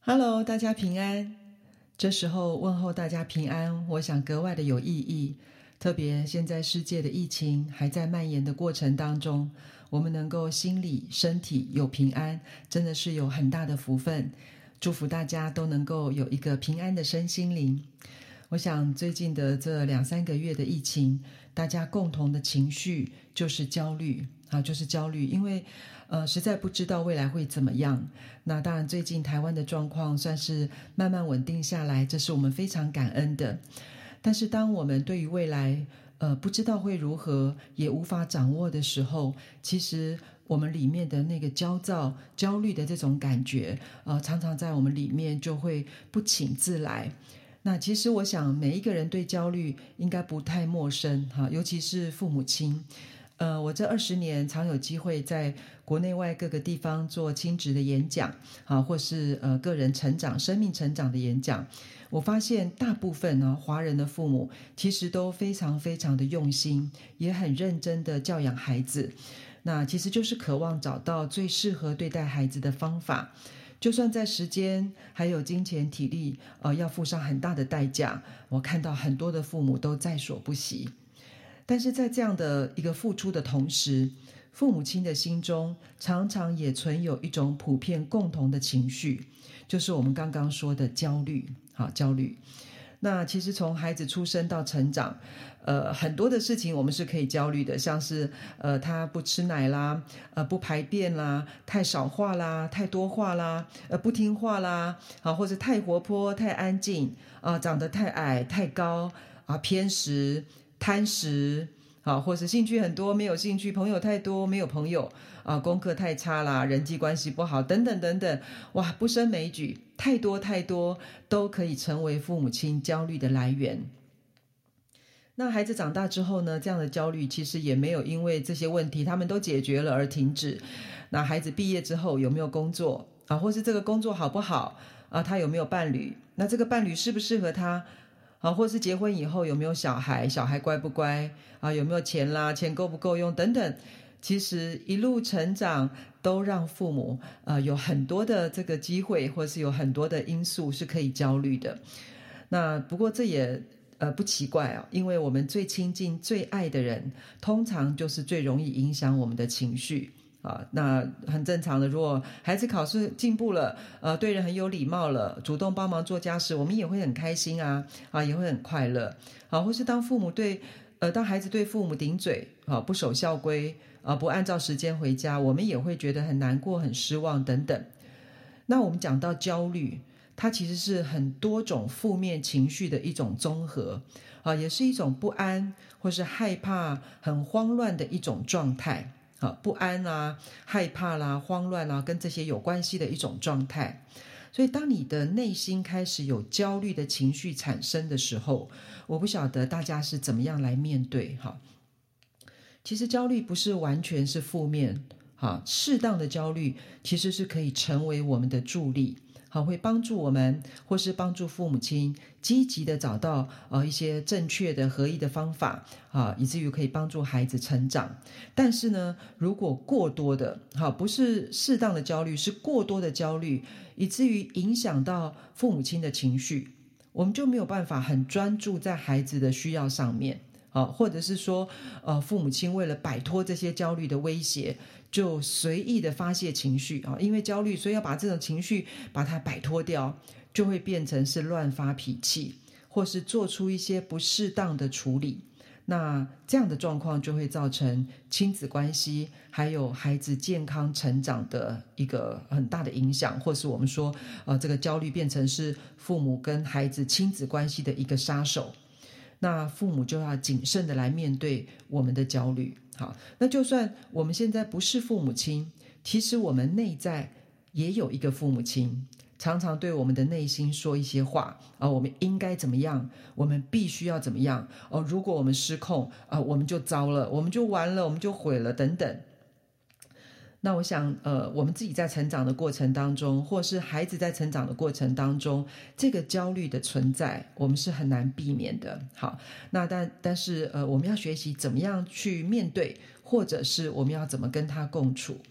Hello，大家平安。这时候问候大家平安，我想格外的有意义。特别现在世界的疫情还在蔓延的过程当中，我们能够心理、身体有平安，真的是有很大的福分。祝福大家都能够有一个平安的身心灵。我想最近的这2-3个月的疫情，大家共同的情绪就是焦虑就是焦虑，因为实在不知道未来会怎么样。那当然最近台湾的状况算是慢慢稳定下来，这是我们非常感恩的。但是当我们对于未来不知道会如何，也无法掌握的时候，其实我们里面的那个焦躁、焦虑的这种感觉常常在我们里面就会不请自来。那其实我想每一个人对焦虑应该不太陌生尤其是父母亲。我这20年常有机会在国内外各个地方做亲职的演讲或是个人成长、生命成长的演讲。我发现大部分华人的父母其实都非常非常的用心，也很认真的教养孩子。那其实就是渴望找到最适合对待孩子的方法。就算在时间还有金钱体力要付上很大的代价，我看到很多的父母都在所不惜。但是在这样的一个付出的同时，父母亲的心中常常也存有一种普遍共同的情绪，就是我们刚刚说的焦虑。焦虑。那其实从孩子出生到成长很多的事情我们是可以焦虑的，像是他不吃奶啦，不排便啦，太少话啦，太多话啦，不听话啦或者太活泼太安静长得太矮太高偏食贪食或是兴趣很多没有兴趣，朋友太多没有朋友功课太差啦，人际关系不好等等等等，哇，不胜枚举，太多太多都可以成为父母亲焦虑的来源。那孩子长大之后呢，这样的焦虑其实也没有因为这些问题他们都解决了而停止。那孩子毕业之后有没有工作或是这个工作好不好他有没有伴侣，那这个伴侣适不适合他或是结婚以后有没有小孩，小孩乖不乖有没有钱啦，钱够不够用等等。其实一路成长都让父母有很多的这个机会，或是有很多的因素是可以焦虑的。那不过这也不奇怪因为我们最亲近最爱的人通常就是最容易影响我们的情绪那很正常的，如果孩子考试进步了对人很有礼貌了，主动帮忙做家事，我们也会很开心也会很快乐或是当孩子对父母顶嘴不守校规不按照时间回家，我们也会觉得很难过很失望等等。那我们讲到焦虑，它其实是很多种负面情绪的一种综合也是一种不安或是害怕很慌乱的一种状态不安害怕啦慌乱跟这些有关系的一种状态。所以当你的内心开始有焦虑的情绪产生的时候，我不晓得大家是怎么样来面对其实焦虑不是完全是负面适当的焦虑其实是可以成为我们的助力会帮助我们或是帮助父母亲积极的找到一些正确的合一的方法以至于可以帮助孩子成长。但是呢，如果过多的不是适当的焦虑，是过多的焦虑，以至于影响到父母亲的情绪，我们就没有办法很专注在孩子的需要上面或者是说父母亲为了摆脱这些焦虑的威胁，就随意的发泄情绪因为焦虑所以要把这种情绪把它摆脱掉，就会变成是乱发脾气，或是做出一些不适当的处理。那这样的状况就会造成亲子关系还有孩子健康成长的一个很大的影响，或是我们说这个焦虑变成是父母跟孩子亲子关系的一个杀手。那父母就要谨慎的来面对我们的焦虑。好，那就算我们现在不是父母亲，其实我们内在也有一个父母亲，常常对我们的内心说一些话我们应该怎么样，我们必须要怎么样如果我们失控我们就糟了，我们就完了，我们就毁了等等。那我想我们自己在成长的过程当中，或是孩子在成长的过程当中，这个焦虑的存在我们是很难避免的。好，那但是我们要学习怎么样去面对，或者是我们要怎么跟他共处。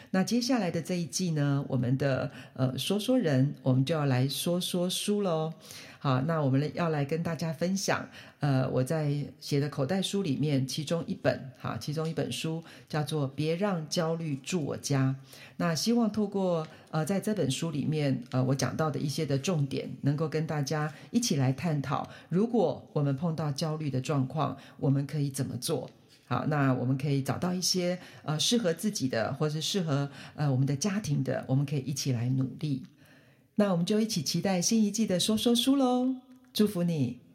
那接下来的这一季呢，我们的说说人，我们就要来说说书咯。好，那我们要来跟大家分享我在写的口袋书里面其中一本书叫做别让焦虑住我家。那希望透过在这本书里面我讲到的一些的重点，能够跟大家一起来探讨，如果我们碰到焦虑的状况，我们可以怎么做。好，那我们可以找到一些适合自己的，或是适合我们的家庭的，我们可以一起来努力。那我们就一起期待新一季的说说书咯，祝福你。